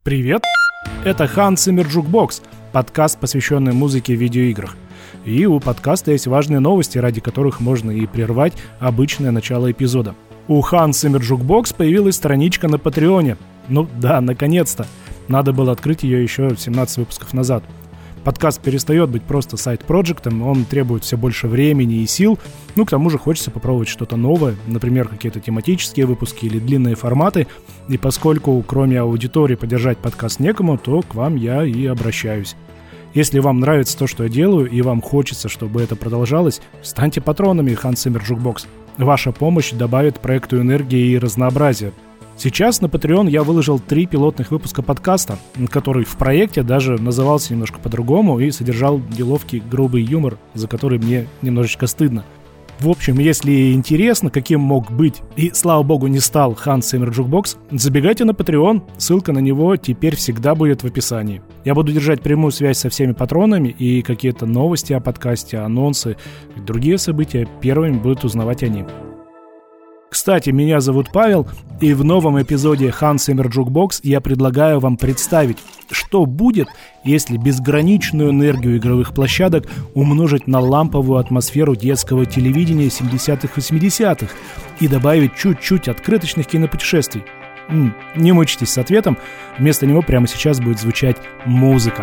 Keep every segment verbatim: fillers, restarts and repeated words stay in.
Привет! Это Hans Zimmer Jukebox, подкаст, посвященный музыке в видеоиграх. И у подкаста есть важные новости, ради которых можно и прервать обычное начало эпизода. У Hans Zimmer Jukebox появилась страничка на Патреоне. Ну да, наконец-то. Надо было открыть ее еще семнадцать выпусков назад. Подкаст перестает быть просто сайд-проджектом, он требует все больше времени и сил. Ну, к тому же хочется попробовать что-то новое, например, какие-то тематические выпуски или длинные форматы. И поскольку кроме аудитории поддержать подкаст некому, то к вам я и обращаюсь. Если вам нравится то, что я делаю, и вам хочется, чтобы это продолжалось, станьте патронами Hans Zimmer Jukebox. Ваша помощь добавит проекту энергии и разнообразия. Сейчас на Patreon я выложил три пилотных выпуска подкаста, который в проекте даже назывался немножко по-другому и содержал деловкий грубый юмор, за который мне немножечко стыдно. В общем, если интересно, каким мог быть и, слава богу, не стал Hans Zimmer Jukebox, забегайте на Patreon, ссылка на него теперь всегда будет в описании. Я буду держать прямую связь со всеми патронами, и какие-то новости о подкасте, анонсы и другие события первыми будут узнавать они. Кстати, меня зовут Павел, и в новом эпизоде Hans Zimmer Jukebox я предлагаю вам представить, что будет, если безграничную энергию игровых площадок умножить на ламповую атмосферу детского телевидения семидесятых-восьмидесятых и добавить чуть-чуть открыточных кинопутешествий. М-м, не мучитесь с ответом, вместо него прямо сейчас будет звучать музыка.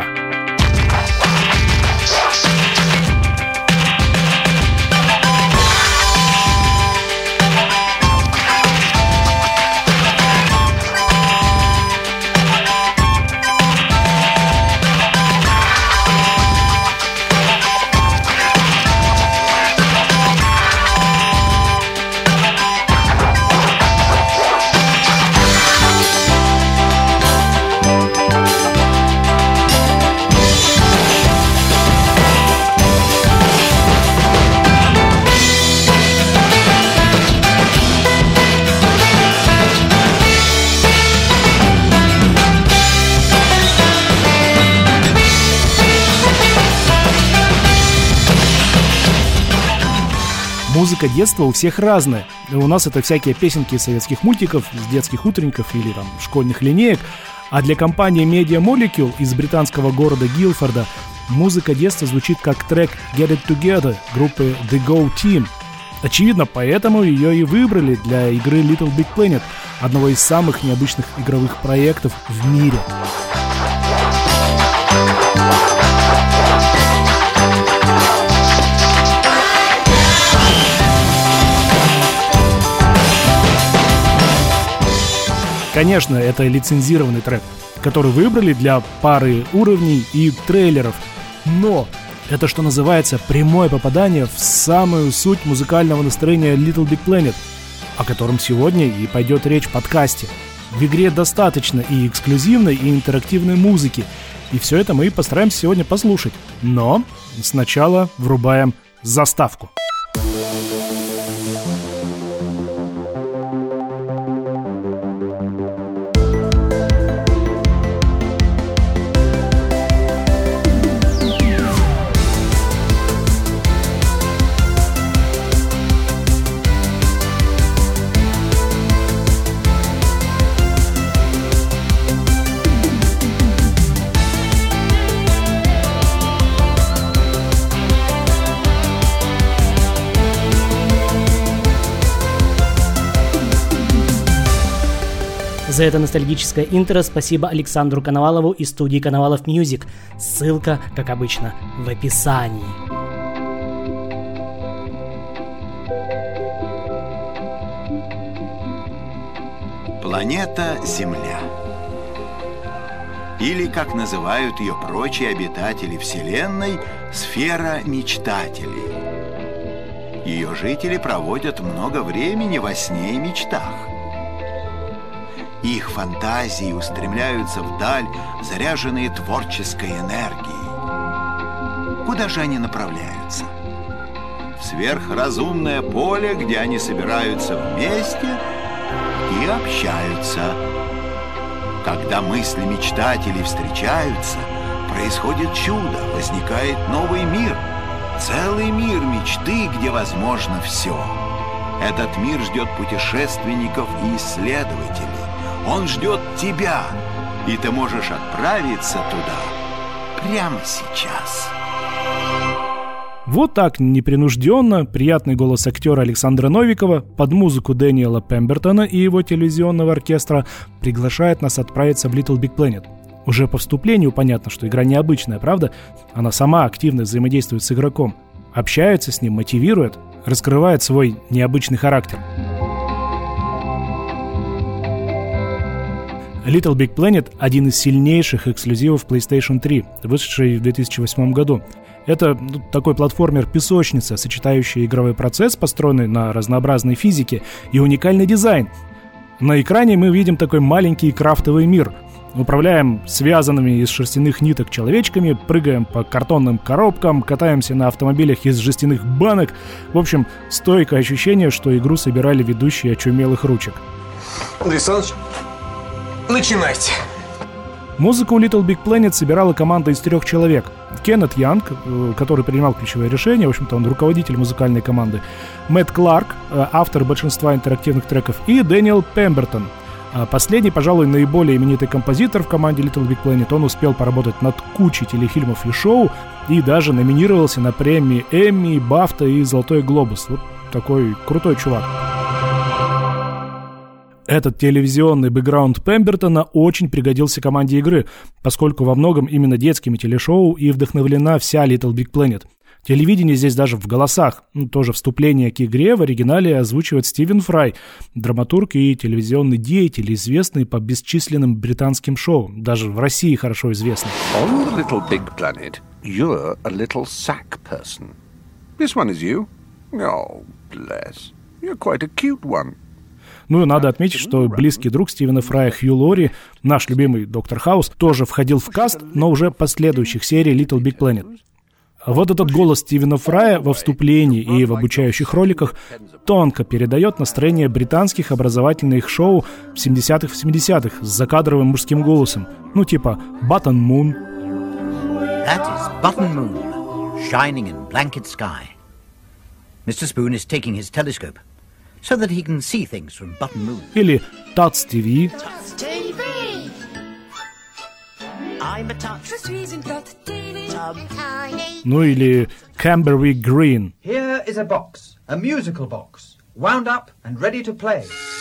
Музыка детства у всех разная. У нас это всякие песенки из советских мультиков, из детских утренников или там школьных линеек. А для компании Media Molecule из британского города Гилфорда музыка детства звучит как трек Get It Together группы The Go Team. Очевидно, поэтому ее и выбрали для игры Little Big Planet, одного из самых необычных игровых проектов в мире. Конечно, это лицензированный трек, который выбрали для пары уровней и трейлеров. Но это, что называется, прямое попадание в самую суть музыкального настроения Little Big Planet, о котором сегодня и пойдет речь в подкасте. В игре достаточно и эксклюзивной, и интерактивной музыки. И все это мы постараемся сегодня послушать. Но сначала врубаем заставку. За это ностальгическое интро спасибо Александру Коновалову из студии Коновалов Music. Ссылка, как обычно, в описании. Планета Земля. Или, как называют ее прочие обитатели Вселенной, сфера мечтателей. Ее жители проводят много времени во сне и мечтах. Их фантазии устремляются вдаль, заряженные творческой энергией. Куда же они направляются? В сверхразумное поле, где они собираются вместе и общаются. Когда мысли мечтателей встречаются, происходит чудо, возникает новый мир. Целый мир мечты, где возможно все. Этот мир ждет путешественников и исследователей. Он ждет тебя. и ты можешь отправиться туда прямо сейчас. Вот так непринужденно приятный голос актера Александра Новикова под музыку Дэниела Пембертона и его телевизионного оркестра приглашает нас отправиться в Little Big Planet. Уже по вступлению понятно, что игра необычная, правда? Она сама активно взаимодействует с игроком, общается с ним, мотивирует, раскрывает свой необычный характер. Little Big Planet – один из сильнейших эксклюзивов PlayStation три, вышедший в две тысячи восьмом году. Это ну, такой платформер-песочница, сочетающий игровой процесс, построенный на разнообразной физике, и уникальный дизайн. На экране мы видим такой маленький крафтовый мир. Управляем связанными из шерстяных ниток человечками, прыгаем по картонным коробкам, катаемся на автомобилях из жестяных банок. В общем, стойкое ощущение, что игру собирали ведущие очумелых ручек. Андрей Александрович, начинайте. Музыку у Little Big Planet собирала команда из трех человек. Кеннет Янг, который принимал ключевые решения, в общем-то он руководитель музыкальной команды, Мэтт Кларк, автор большинства интерактивных треков, и Дэниел Пембертон. Последний, пожалуй, наиболее именитый композитор в команде Little Big Planet. Он успел поработать над кучей телефильмов и шоу и даже номинировался на премии Эмми, Бафта и Золотой глобус. Вот такой крутой чувак. Этот телевизионный бэкграунд Пембертона очень пригодился команде игры, поскольку во многом именно детскими телешоу и вдохновлена вся Little Big Planet. Телевидение здесь даже в голосах. Ну, тоже вступление к игре в оригинале озвучивает Стивен Фрай, драматург и телевизионный деятель, известный по бесчисленным британским шоу, даже в России хорошо известный. On the Little Big Planet, you're a little sack person. This one is you. Oh, bless. You're quite a cute one. Ну и надо отметить, что близкий друг Стивена Фрая Хью Лори, наш любимый Доктор Хаус, тоже входил в каст, но уже последующих серий Little Big Planet. Вот этот голос Стивена Фрая во вступлении и в обучающих роликах тонко передает настроение британских образовательных шоу в семидесятых и восьмидесятых с закадровым мужским голосом, ну типа «Button Moon». That is Button Moon, shining in blanket sky. Mr. Spoon is taking his telescope, so that he can see things from Button Moon. Или Tuts ти ви. Tuts ти ви. I'm a Tuts. The reason got teeny tiny. Ну или Camberwick Green. Here is a box, a musical box, wound up and ready to play.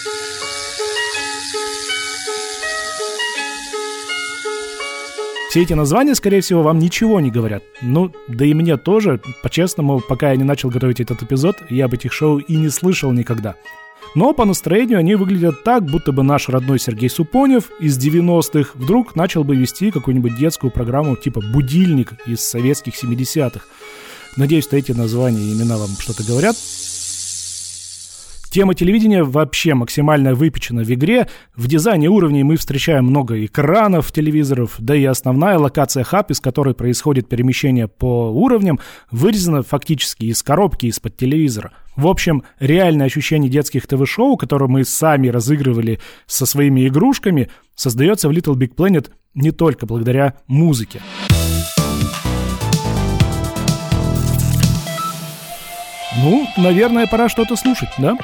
Все эти названия, скорее всего, вам ничего не говорят. Ну, да и мне тоже. По-честному, пока я не начал готовить этот эпизод, я об этих шоу и не слышал никогда. Но по настроению они выглядят так, будто бы наш родной Сергей Супонев из девяностых вдруг начал бы вести какую-нибудь детскую программу типа «Будильник» из советских семидесятых. Надеюсь, что эти названия и имена вам что-то говорят. Тема телевидения вообще максимально выпечена в игре. В дизайне уровней мы встречаем много экранов телевизоров, да и основная локация хаб, из которой происходит перемещение по уровням, вырезана фактически из коробки из-под телевизора. В общем, реальное ощущение детских ТВ-шоу, которое мы сами разыгрывали со своими игрушками, создается в Little Big Planet не только благодаря музыке. Ну, наверное, пора что-то слушать, да?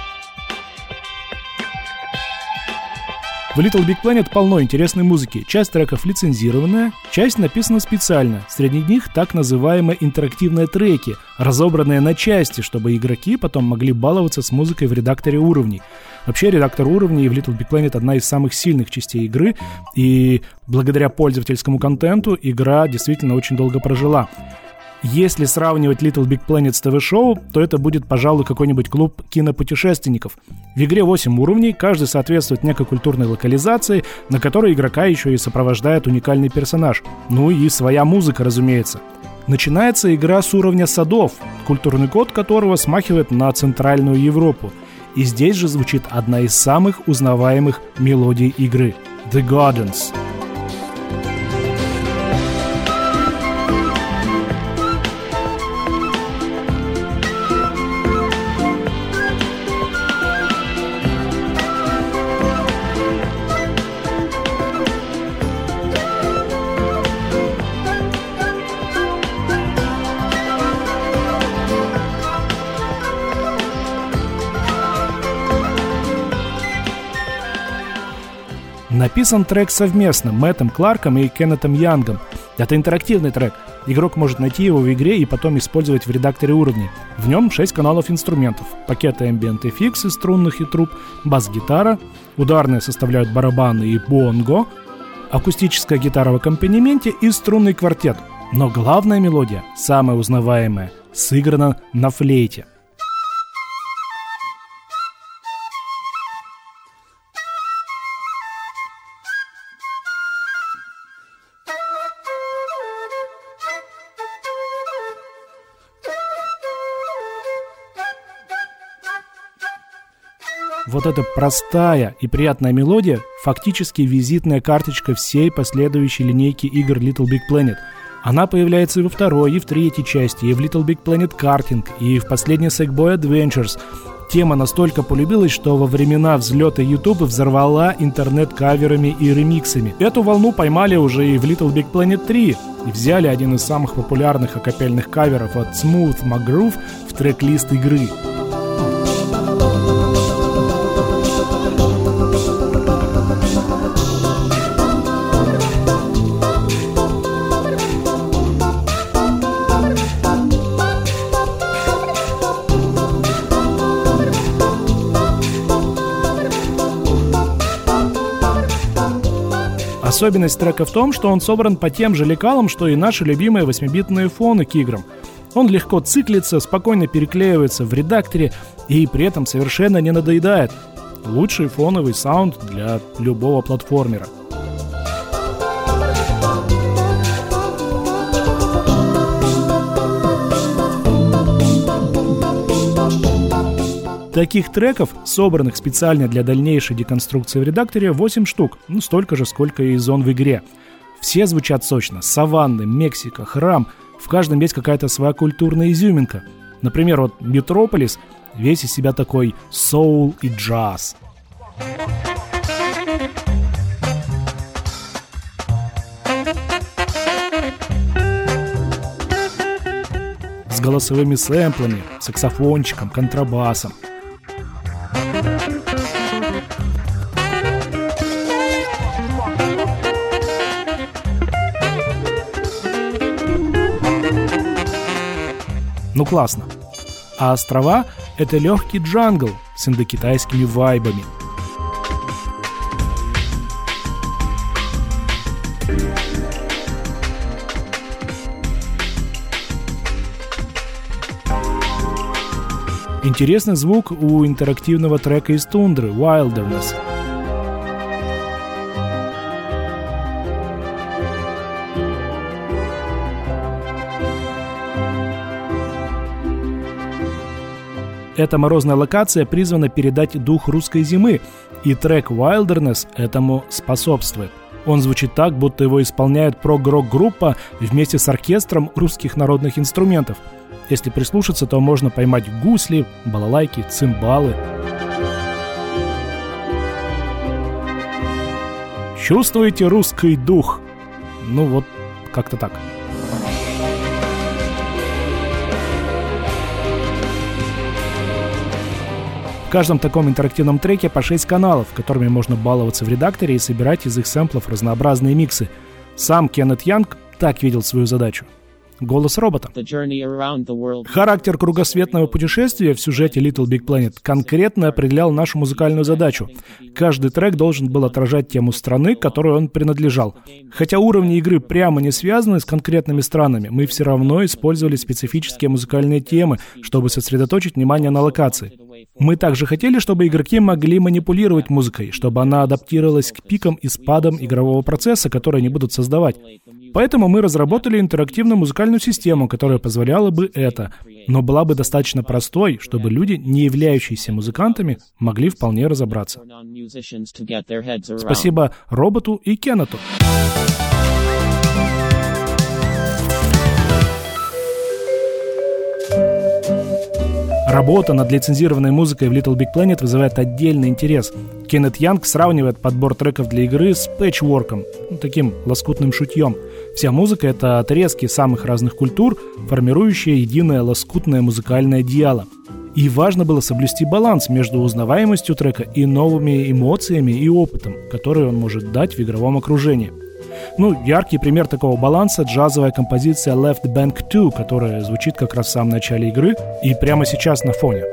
В Little Big Planet полно интересной музыки. Часть треков лицензированная, часть написана специально. Среди них так называемые интерактивные треки, разобранные на части, чтобы игроки потом могли баловаться с музыкой в редакторе уровней. Вообще, редактор уровней в Little Big Planet одна из самых сильных частей игры, и благодаря пользовательскому контенту игра действительно очень долго прожила. Если сравнивать Little Big Planet с ТВ-шоу, то это будет, пожалуй, какой-нибудь клуб кинопутешественников. В игре восемь уровней, каждый соответствует некой культурной локализации, на которой игрока еще и сопровождает уникальный персонаж. Ну и своя музыка, разумеется. Начинается игра с уровня садов, культурный код которого смахивает на Центральную Европу. И здесь же звучит одна из самых узнаваемых мелодий игры – The Gardens. Написан трек совместно Мэттом Кларком и Кеннетом Янгом. Это интерактивный трек. Игрок может найти его в игре и потом использовать в редакторе уровней. В нем шесть каналов инструментов. Пакеты Ambient эф икс из струнных и труб, бас-гитара, ударные составляют барабаны и бонго, акустическая гитара в аккомпанементе и струнный квартет. Но главная мелодия, самая узнаваемая, сыграна на флейте. Вот эта простая и приятная мелодия фактически визитная карточка всей последующей линейки игр Little Big Planet. Она появляется и во второй, и в третьей части, и в Little Big Planet Karting, и в последней Sackboy Adventures. Тема настолько полюбилась, что во времена взлета YouTube взорвала интернет каверами и ремиксами. Эту волну поймали уже и в Little Big Planet три, и взяли один из самых популярных акапельных каверов от Smooth McGroove в трек-лист игры. Особенность трека в том, что он собран по тем же лекалам, что и наши любимые восьмибитные фоны к играм. Он легко циклится, спокойно переклеивается в редакторе и при этом совершенно не надоедает. Лучший фоновый саунд для любого платформера. Таких треков, собранных специально для дальнейшей деконструкции в редакторе, восемь штук, ну столько же, сколько и зон в игре. Все звучат сочно: Саванны, Мексика, Храм, в каждом есть какая-то своя культурная изюминка. Например, вот Метрополис весь из себя такой соул и джаз. С голосовыми сэмплами, саксофончиком, контрабасом. Ну классно. А острова — это легкий джангл с индокитайскими вайбами. Интересный звук у интерактивного трека из тундры Wilderness. Эта морозная локация призвана передать дух русской зимы, и трек Wilderness этому способствует. Он звучит так, будто его исполняет прог-рок-группа вместе с оркестром русских народных инструментов. Если прислушаться, то можно поймать гусли, балалайки, цимбалы. Чувствуете русский дух? Ну вот, как-то так. В каждом таком интерактивном треке по шесть каналов, которыми можно баловаться в редакторе и собирать из их сэмплов разнообразные миксы. Сам Кеннет Янг так видел свою задачу. Голос робота. Характер кругосветного путешествия в сюжете Little Big Planet конкретно определял нашу музыкальную задачу. Каждый трек должен был отражать тему страны, к которой он принадлежал. Хотя уровни игры прямо не связаны с конкретными странами, мы все равно использовали специфические музыкальные темы, чтобы сосредоточить внимание на локации. Мы также хотели, чтобы игроки могли манипулировать музыкой, чтобы она адаптировалась к пикам и спадам игрового процесса, которые они будут создавать. Поэтому мы разработали интерактивную музыкальную систему, которая позволяла бы это, но была бы достаточно простой, чтобы люди, не являющиеся музыкантами, могли вполне разобраться. Спасибо роботу и Кеннету. Работа над лицензированной музыкой в Little Big Planet вызывает отдельный интерес. Кеннет Янг сравнивает подбор треков для игры с пэтчворком, ну, таким лоскутным шутьем. Вся музыка — это отрезки самых разных культур, формирующие единое лоскутное музыкальное одеяло. И важно было соблюсти баланс между узнаваемостью трека и новыми эмоциями и опытом, который он может дать в игровом окружении. Ну, яркий пример такого баланса — джазовая композиция Left Bank два, которая звучит как раз в самом начале игры и прямо сейчас на фоне.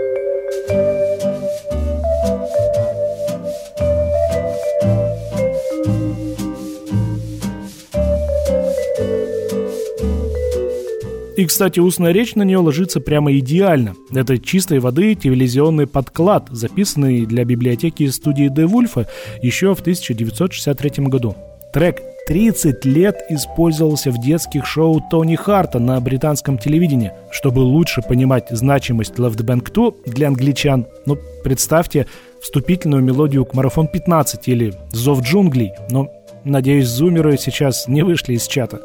И, кстати, устная речь на нее ложится прямо идеально. Это чистой воды телевизионный подклад, записанный для библиотеки студии Де Вульфа еще в тысяча девятьсот шестьдесят третьем году. Трек тридцать лет использовался в детских шоу Тони Харта на британском телевидении. Чтобы лучше понимать значимость Left Bank два для англичан, ну, представьте вступительную мелодию к Марафон пятнадцать или Зов джунглей. Но, надеюсь, зумеры сейчас не вышли из чата.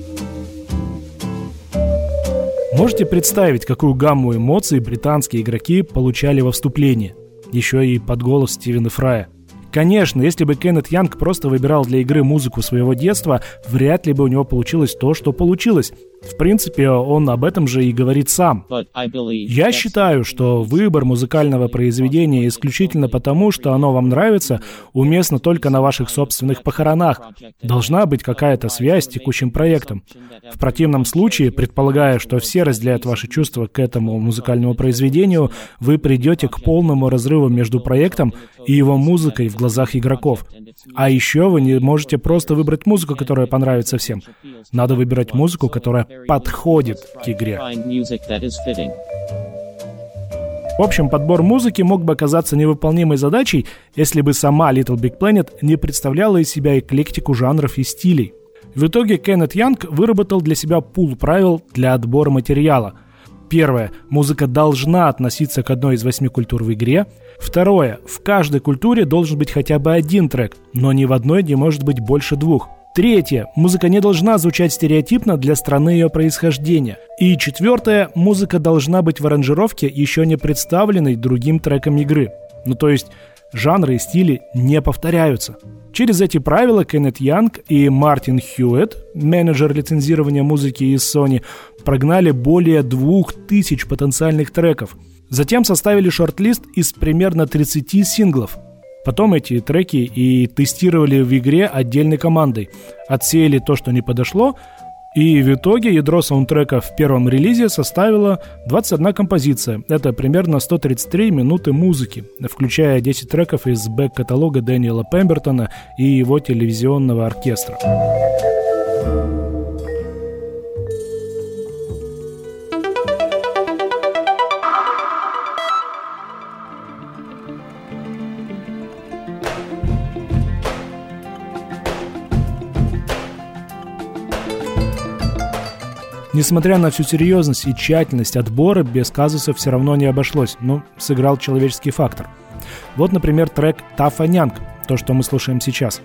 Можете представить, какую гамму эмоций британские игроки получали во вступлении? Еще и под голос Стивена Фрая. Конечно, если бы Кеннет Янг просто выбирал для игры музыку своего детства, вряд ли бы у него получилось то, что получилось. В принципе, он об этом же и говорит сам. Я считаю, что выбор музыкального произведения исключительно потому, что оно вам нравится, уместно только на ваших собственных похоронах. Должна быть какая-то связь с текущим проектом. В противном случае, предполагая, что все разделяют ваши чувства к этому музыкальному произведению, вы придете к полному разрыву между проектом и его музыкой в глазах игроков. А еще вы не можете просто выбрать музыку, которая понравится всем. Надо выбирать музыку, которая подходит к игре. В общем, подбор музыки мог бы оказаться невыполнимой задачей, если бы сама Little Big Planet не представляла из себя эклектику жанров и стилей. В итоге Кеннет Янг выработал для себя пул правил для отбора материала. Первое. Музыка должна относиться к одной из восьми культур в игре. Второе. В каждой культуре должен быть хотя бы один трек, но ни в одной не может быть больше двух. Третье. Музыка не должна звучать стереотипно для страны ее происхождения. И четвертое. Музыка должна быть в аранжировке, еще не представленной другим треком игры. Ну то есть жанры и стили не повторяются. Через эти правила Кеннет Янг и Мартин Хьюетт, менеджер лицензирования музыки из Sony, прогнали более двух тысяч потенциальных треков. Затем составили шорт-лист из примерно тридцати синглов. Потом эти треки и тестировали в игре отдельной командой. Отсеяли то, что не подошло, и в итоге ядро саундтрека в первом релизе составило двадцать одна композиция. Это примерно сто тридцать три минуты музыки, включая десять треков из бэк-каталога Дэниела Пембертона и его телевизионного оркестра. Несмотря на всю серьезность и тщательность отбора, без казусов все равно не обошлось, но сыграл человеческий фактор. Вот, например, трек «Тафа Нянг», то, что мы слушаем сейчас.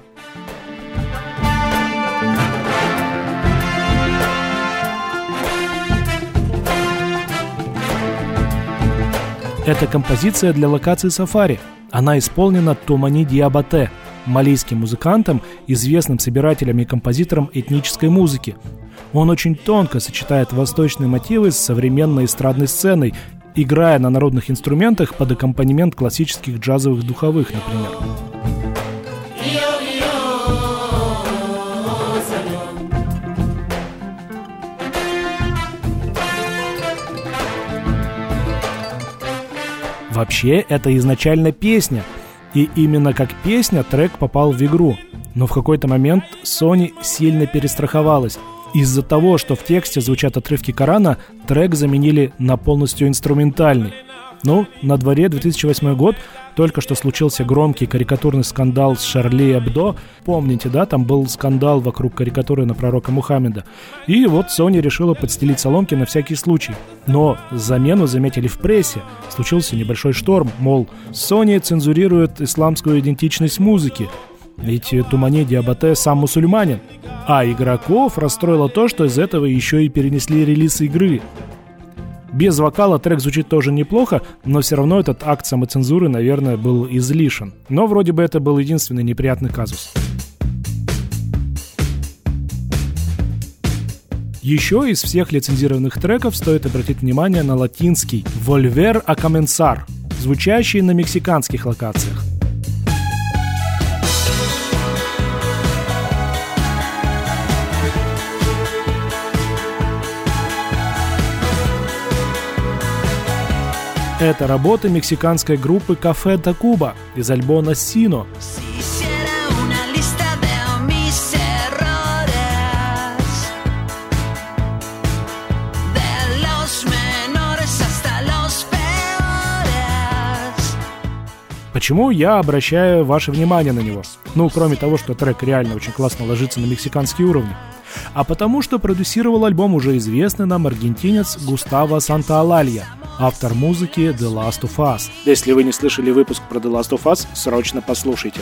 Это композиция для локации Сафари. Она исполнена Тумани Диабате, малийским музыкантом, известным собирателем и композитором этнической музыки. Он очень тонко сочетает восточные мотивы с современной эстрадной сценой, играя на народных инструментах под аккомпанемент классических джазовых духовых, например. Вообще, это изначально песня, и именно как песня трек попал в игру. Но в какой-то момент Sony сильно перестраховалась. Из-за того, что в тексте звучат отрывки Корана, трек заменили на полностью инструментальный. Ну, на дворе две тысячи восьмой год, только что случился громкий карикатурный скандал с Шарли Эбдо. Помните, да, там был скандал вокруг карикатуры на пророка Мухаммеда. И вот Sony решила подстелить соломки на всякий случай. Но замену заметили в прессе. Случился небольшой шторм, мол, Sony цензурирует исламскую идентичность музыки. Ведь Тумани Диабате сам мусульманин. А игроков расстроило то, что из этого еще и перенесли релиз игры. Без вокала трек звучит тоже неплохо, но все равно этот акт самоцензуры, наверное, был излишен. Но вроде бы это был единственный неприятный казус. Еще из всех лицензированных треков стоит обратить внимание на латинский «Volver a comenzar», звучащий на мексиканских локациях. Это работа мексиканской группы Café Tacuba из альбома «Sino». Почему я обращаю ваше внимание на него? Ну, кроме того, что трек реально очень классно ложится на мексиканские уровни. А потому что продюсировал альбом уже известный нам аргентинец Густаво Сантаолалья, автор музыки The Last of Us. Если вы не слышали выпуск про The Last of Us, срочно послушайте.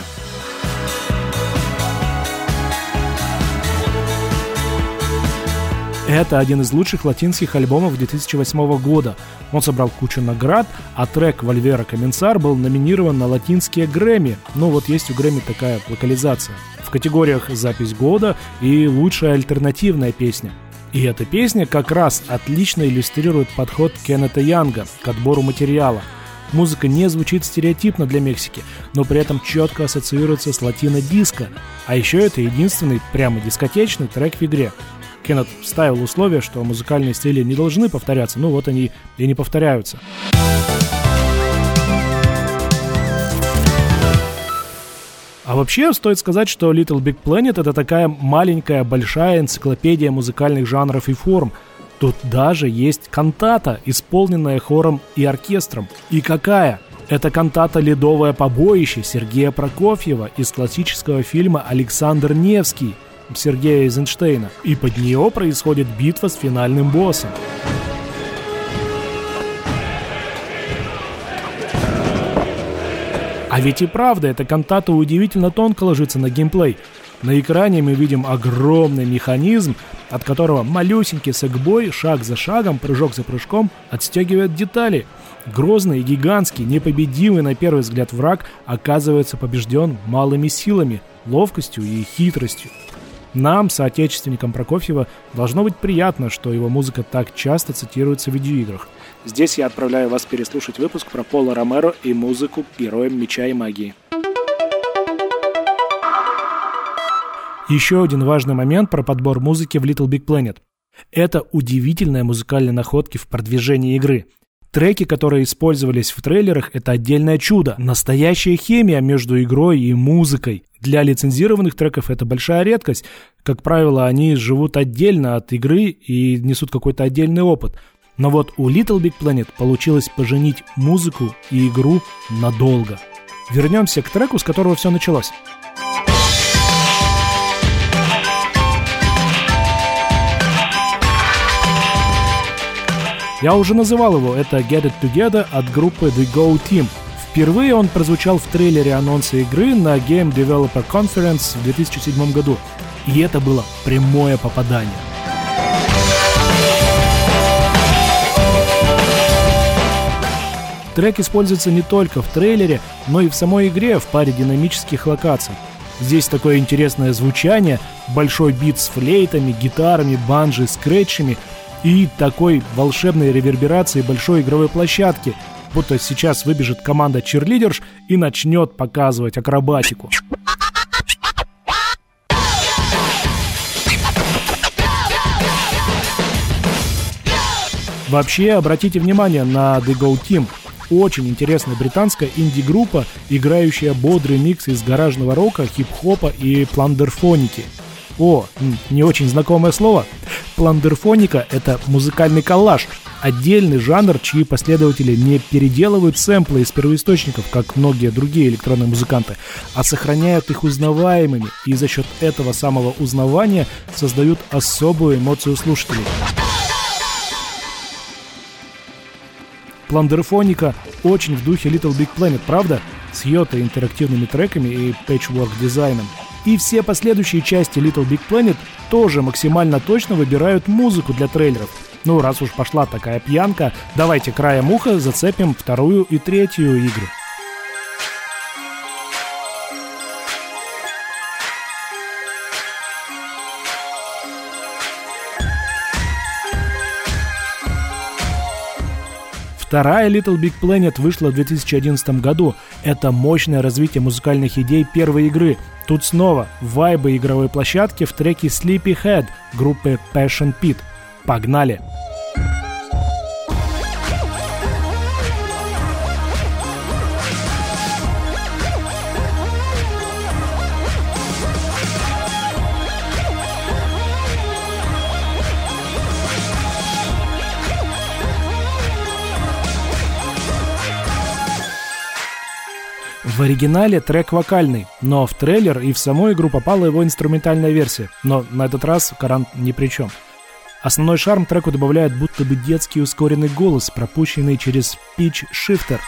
Это один из лучших латинских альбомов две тысячи восьмого года. Он собрал кучу наград, а трек «Volver a comenzar» был номинирован на латинские Грэмми. Ну вот есть у Грэмми такая локализация. В категориях «Запись года» и «Лучшая альтернативная песня». И эта песня как раз отлично иллюстрирует подход Кеннета Янга к отбору материала. Музыка не звучит стереотипно для Мексики, но при этом четко ассоциируется с латино-диско. А еще это единственный прямо дискотечный трек в игре. Кеннет ставил условие, что музыкальные стили не должны повторяться, ну вот они и не повторяются. А вообще, стоит сказать, что Little Big Planet — это такая маленькая, большая энциклопедия музыкальных жанров и форм. Тут даже есть кантата, исполненная хором и оркестром. И какая? Это кантата «Ледовое побоище» Сергея Прокофьева из классического фильма «Александр Невский» Сергея Эйзенштейна. И под нее происходит битва с финальным боссом. А ведь и правда, эта кантата удивительно тонко ложится на геймплей. На экране мы видим огромный механизм, от которого малюсенький сэкбой шаг за шагом, прыжок за прыжком отстегивает детали. Грозный и гигантский, непобедимый на первый взгляд враг оказывается побежден малыми силами, ловкостью и хитростью. Нам, соотечественникам Прокофьева, должно быть приятно, что его музыка так часто цитируется в видеоиграх. Здесь я отправляю вас переслушать выпуск про Пола Ромеро и музыку к героям Меча и Магии. Еще один важный момент про подбор музыки в Little Big Planet. Это удивительные музыкальные находки в продвижении игры. Треки, которые использовались в трейлерах, это отдельное чудо. Настоящая химия между игрой и музыкой. Для лицензированных треков это большая редкость. Как правило, они живут отдельно от игры и несут какой-то отдельный опыт. Но вот у Little Big Planet получилось поженить музыку и игру надолго. Вернемся к треку, с которого все началось. Я уже называл его, это Get It Together от группы The Go Team. Впервые он прозвучал в трейлере анонса игры на Game Developer Conference в две тысячи седьмом году. И это было прямое попадание. Трек используется не только в трейлере, но и в самой игре в паре динамических локаций. Здесь такое интересное звучание, большой бит с флейтами, гитарами, банджи, скретчами и такой волшебной реверберации большой игровой площадки, будто сейчас выбежит команда чирлидерш и начнет показывать акробатику. Вообще, обратите внимание на The Go Team. Очень интересная британская инди-группа, играющая бодрый микс из гаражного рока, хип-хопа и пландерфоники. О, не очень знакомое слово. Пландерфоника — это музыкальный коллаж, отдельный жанр, чьи последователи не переделывают сэмплы из первоисточников, как многие другие электронные музыканты, а сохраняют их узнаваемыми и за счет этого самого узнавания создают особую эмоцию слушателей. Пландерфоника очень в духе Little Big Planet, правда? С ее-то интерактивными треками и пэтчворк-дизайном. И все последующие части Little Big Planet тоже максимально точно выбирают музыку для трейлеров. Ну, раз уж пошла такая пьянка, давайте краем уха зацепим вторую и третью игры. Вторая Little Big Planet вышла в две тысячи одиннадцатом году. Это мощное развитие музыкальных идей первой игры. Тут снова вайбы игровой площадки в треке Sleepyhead группы Passion Pit. Погнали! В оригинале трек вокальный, но в трейлер и в саму игру попала его инструментальная версия, но на этот раз Корант ни при чем. Основной шарм треку добавляет будто бы детский ускоренный голос, пропущенный через питч-шифтер.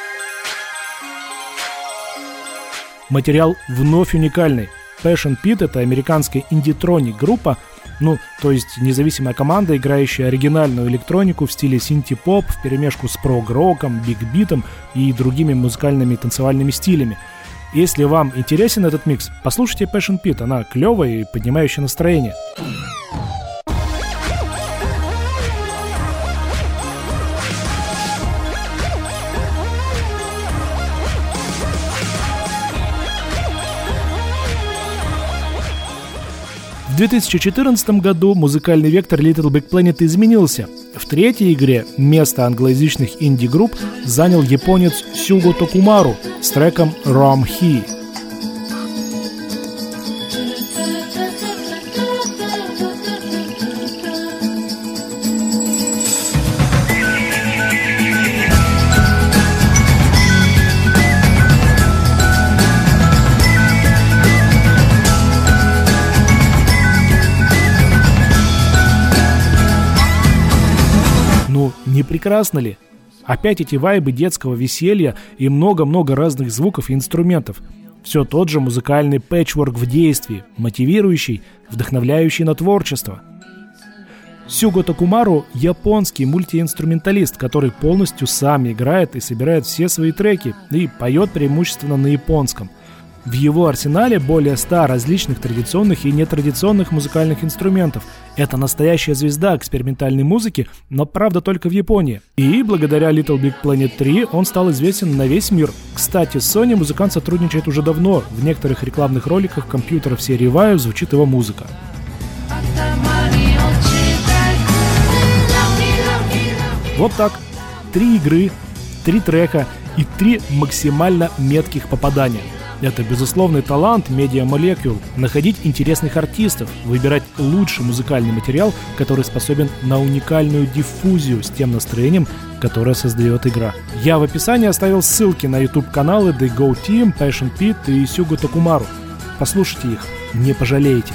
Материал вновь уникальный. Passion Pit — это американская инди-троник-группа, ну, то есть независимая команда, играющая оригинальную электронику в стиле синти-поп вперемешку с прог-роком, биг-битом и другими музыкальными и танцевальными стилями. Если вам интересен этот микс, послушайте Passion Pit, она клевая и поднимающая настроение. В две тысячи четырнадцатом году музыкальный вектор Little Big Planet изменился. В третьей игре место англоязычных инди-групп занял японец Сюго Токумару с треком Rom He. Не прекрасно ли? Опять эти вайбы детского веселья и много-много разных звуков и инструментов. Все тот же музыкальный пэтчворк в действии, мотивирующий, вдохновляющий на творчество. Сюго Токумару – японский мультиинструменталист, который полностью сам играет и собирает все свои треки и поет преимущественно на японском. В его арсенале более ста различных традиционных и нетрадиционных музыкальных инструментов. Это настоящая звезда экспериментальной музыки, но правда только в Японии. И благодаря Little Big Planet три он стал известен на весь мир. Кстати, с Sony музыкант сотрудничает уже давно. В некоторых рекламных роликах компьютеров серии Vaio звучит его музыка. Вот так. Три игры, три трека и три максимально метких попадания. Это безусловный талант Media Molecule — находить интересных артистов, выбирать лучший музыкальный материал, который способен на уникальную диффузию с тем настроением, которое создает игра. Я в описании оставил ссылки на YouTube-каналы The Go Team, Passion Pit и Сюго Токумару. Послушайте их, не пожалеете.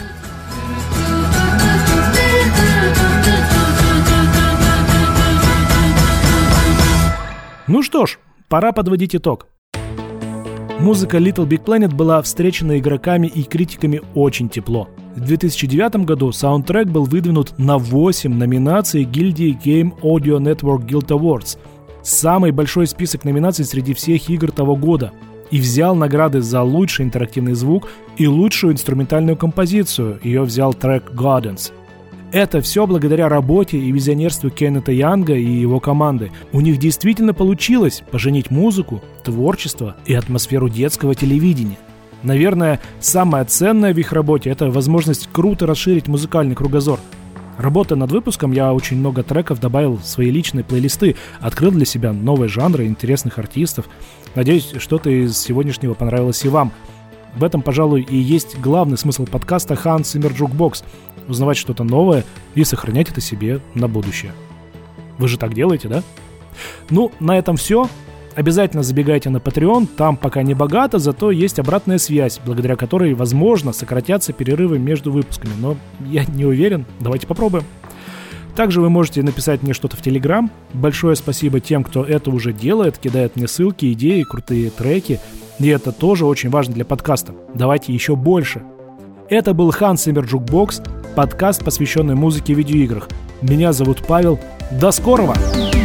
Ну что ж, пора подводить итог. Музыка Little Big Planet была встречена игроками и критиками очень тепло. В две тысячи девятом году саундтрек был выдвинут на восемь номинаций гильдии Game Audio Network Guild Awards. Самый большой список номинаций среди всех игр того года. И взял награды за лучший интерактивный звук и лучшую инструментальную композицию. Ее взял трек Gardens. Это все благодаря работе и визионерству Кеннета Янга и его команды. У них действительно получилось поженить музыку, творчество и атмосферу детского телевидения. Наверное, самое ценное в их работе – это возможность круто расширить музыкальный кругозор. Работая над выпуском, я очень много треков добавил в свои личные плейлисты, открыл для себя новые жанры, интересных артистов. Надеюсь, что-то из сегодняшнего понравилось и вам. В этом, пожалуй, и есть главный смысл подкаста Hans Zimmer Jukebox – узнавать что-то новое и сохранять это себе на будущее. Вы же так делаете, да? Ну, на этом все. Обязательно забегайте на Patreon, там пока не богато, зато есть обратная связь, благодаря которой, возможно, сократятся перерывы между выпусками, но я не уверен, давайте попробуем. Также вы можете написать мне что-то в Telegram. Большое спасибо тем, кто это уже делает, кидает мне ссылки, идеи, крутые треки, и это тоже очень важно для подкаста. Давайте еще больше. Это был Hans Zimmer Jukebox, подкаст, посвященный музыке в видеоиграх. Меня зовут Павел. До скорого!